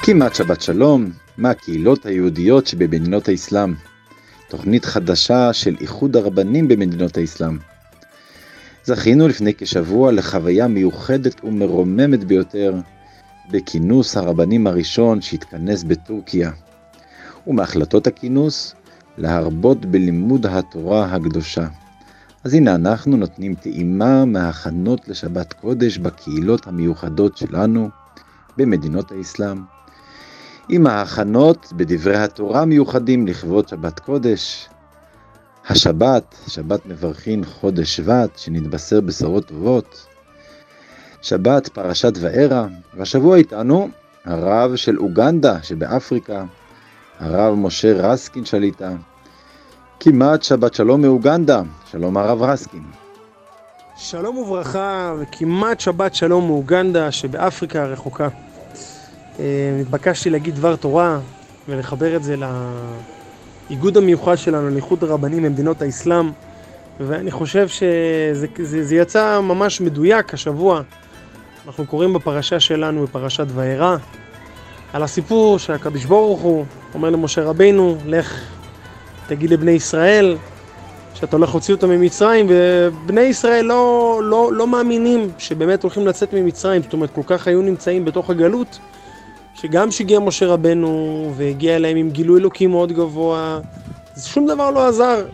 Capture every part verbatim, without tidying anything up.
כמעט שבת שלום, מהקהילות היהודיות שבמדינות האסלאם. תוכנית חדשה של איחוד הרבנים במדינות האסלאם. זכינו לפני כשבוע לחוויה מיוחדת ומרוממת ביותר בכינוס הרבנים הראשון שהתכנס בטורקיה. ומהחלטות הכינוס להרבות בלימוד התורה הקדושה. אז הנה אנחנו נותנים טעימה מההכנות לשבת קודש בקהילות המיוחדות שלנו במדינות האסלאם. עם ההכנות בדברי התורה המיוחדים לכבוד שבת קודש. השבת, שבת מברכין חודש שבט שנתבשר בשורות טובות. שבת פרשת וארא, והשבוע איתנו הרב של אוגנדה שבאפריקה, הרב משה רסקין שליטה. כמעט שבת שלום מאוגנדה, שלום הרב רסקין. שלום וברכה וכמעט שבת שלום מאוגנדה שבאפריקה הרחוקה. התבקשתי להגיד דבר תורה ולחבר את זה לאיגוד המיוחד שלנו, לאיחוד הרבנים במדינות האסלאם, ואני חושב שזה זה, זה יצא ממש מדויק השבוע. אנחנו קוראים בפרשה שלנו, בפרשת וארא, על הסיפור שהקדוש ברוך הוא אומר למשה רבינו, לך תגיד לבני ישראל שאתה הולך להוציא אותם ממצרים, ובני ישראל לא, לא, לא מאמינים שבאמת הולכים לצאת ממצרים. זאת אומרת, כל כך היו נמצאים בתוך הגלות, שגם שהגיע משה רבנו והגיע אליהם עם גילוי אלוקים מאוד גבוה, שום דבר לא עזר.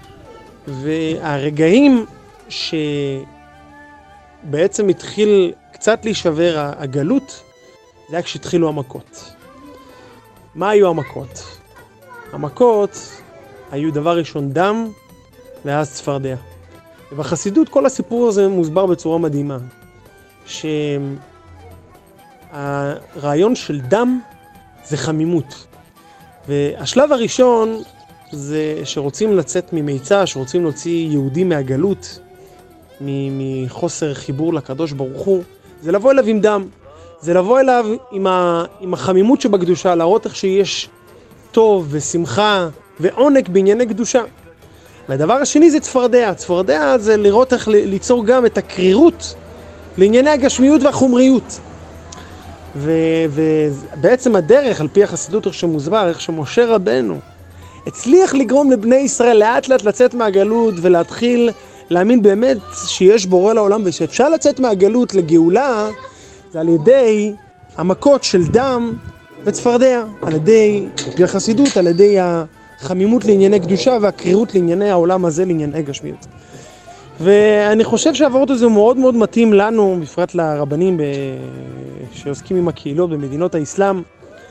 והרגעים שבעצם התחיל קצת להישבר הגלות, זה היה כשהתחילו המכות. מה היו המכות? המכות היו דבר ראשון דם ואז צפרדע. ובחסידות כל הסיפור הזה מוסבר בצורה מדהימה. שהרעיון של דם זה חמימות. והשלב הראשון זה שרוצים לצאת ממיצה, שרוצים להוציא יהודים מהגלות, מחוסר חיבור לקדוש ברוך הוא, זה לבוא אליו עם דם. זה לבוא אליו עם, ה, עם החמימות שבקדושה, להראות איך שיש טוב ושמחה ועונג בענייני קדושה. והדבר השני זה צפרדע. צפרדע זה לראות איך ליצור גם את הקרירות לענייני הגשמיות והחומריות. ו- ובעצם הדרך, על פי החסידות איך שמוסבר, איך שמשה רבנו הצליח לגרום לבני ישראל לאט לאט לצאת מהגלות ולהתחיל להאמין באמת שיש בורא לעולם ושאפשר לצאת מהגלות לגאולה, זה על ידי המכות של דם וצפרדע, על ידי, על פי החסידות, על ידי החמימות לענייני קדושה והקרירות לענייני העולם הזה, לענייני גשמיות. ואני חושב שהעברות הזה מאוד מאוד מתאים לנו, בפרט לרבנים ב... שעוסקים עם הקהילות במדינות האסלאם,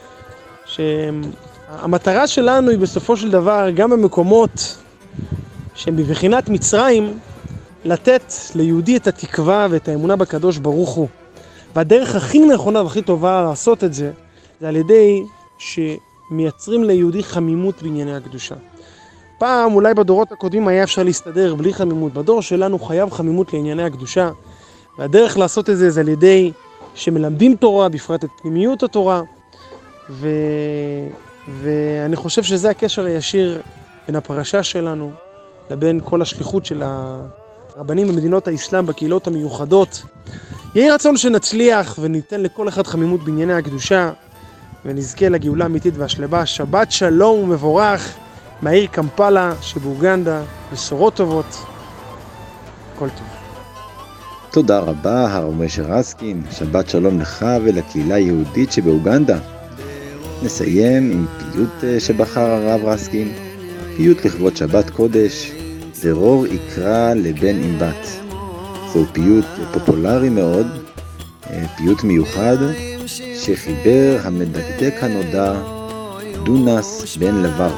שהמטרה שלנו היא בסופו של דבר, גם במקומות שהם בבחינת מצרים, לתת ליהודי את התקווה ואת האמונה בקדוש ברוך הוא. והדרך הכי נכונה והכי טובה לעשות את זה, זה על ידי שמייצרים ליהודי חמימות בענייני הקדושה. פעם, אולי בדורות הקודמים היה אפשר להסתדר בלי חמימות. בדור שלנו חייב חמימות לענייני הקדושה. והדרך לעשות את זה זה על ידי שמלמדים תורה, בפרט את פנימיות התורה. ו... ואני חושב שזה הקשר הישיר בין הפרשה שלנו לבין כל השליחות של הרבנים במדינות האסלאם, בקהילות המיוחדות. יהי רצון שנצליח וניתן לכל אחד חמימות בענייני הקדושה, ונזכה לגאולה אמיתית והשלמה. שבת שלום ומבורך מהעיר קמפלה שבאוגנדה, בשורות טובות, כל טוב. תודה רבה הרב משה רסקין, שבת שלום לך ולקהילה היהודית שבאוגנדה. נסיים עם פיוט שבחר הרב רסקין, פיוט לכבוד שבת קודש, דרור יקרא לבן עם בת. זהו פיוט פופולרי מאוד, פיוט מיוחד שחיבר המדקדק הנודע דונס בן לוורט.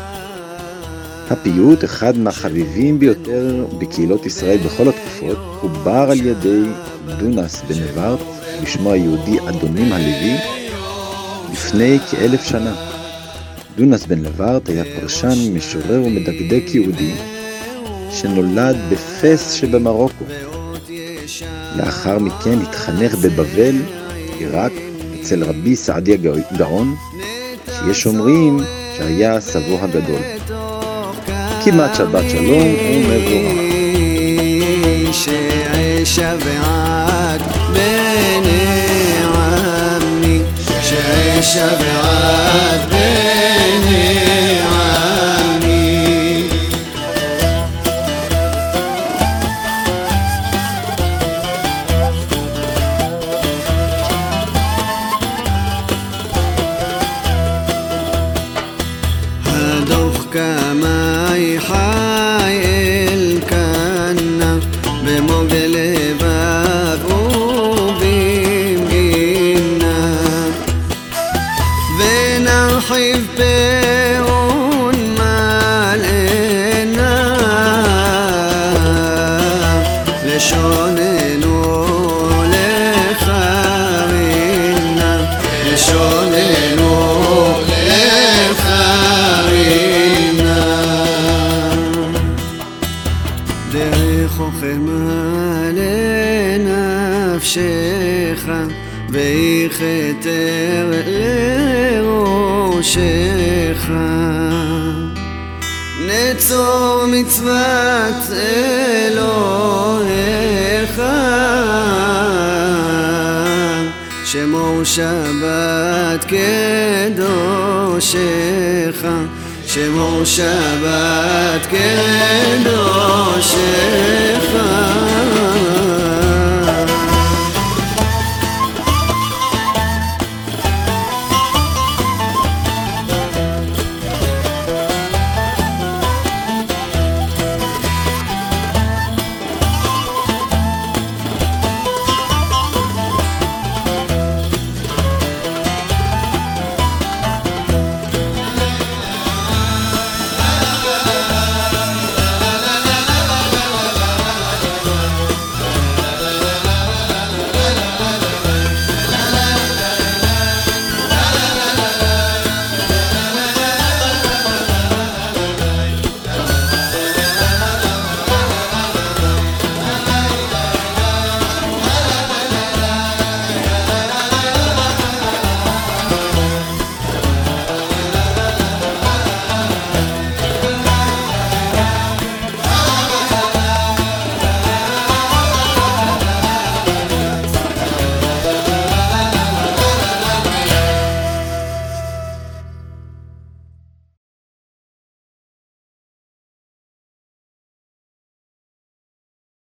הפיוט, אחד מהחביבים ביותר בקהילות ישראל בכל התקופות, חובר על ידי דונס בן לוורט, בשמו היהודי אדונים הלוי, לפני כאלף שנה. דונס בן לוורט היה פרשן, משורר ומדקדק יהודי, שנולד בפס שבמרוקו. לאחר מכן התחנך בבבל, עיראק, אצל רבי סעדיה גאון, שיש אומרים שהיה סבו הגדול. כמעט שבת שלום ומבורך. שעש ועד בני עמי, שעש שבת בני עמי. הדוח כמי חי אל כנה במוג לבב ובמגינה ונרחיב פעון מלאנה לשוננו לחרינה לשוננו לחרינה דרך חוכמה לנפשך ויחתר לראשך נצור מצוות אלוהיך שמור שבת קדושך שמור שבת קדושך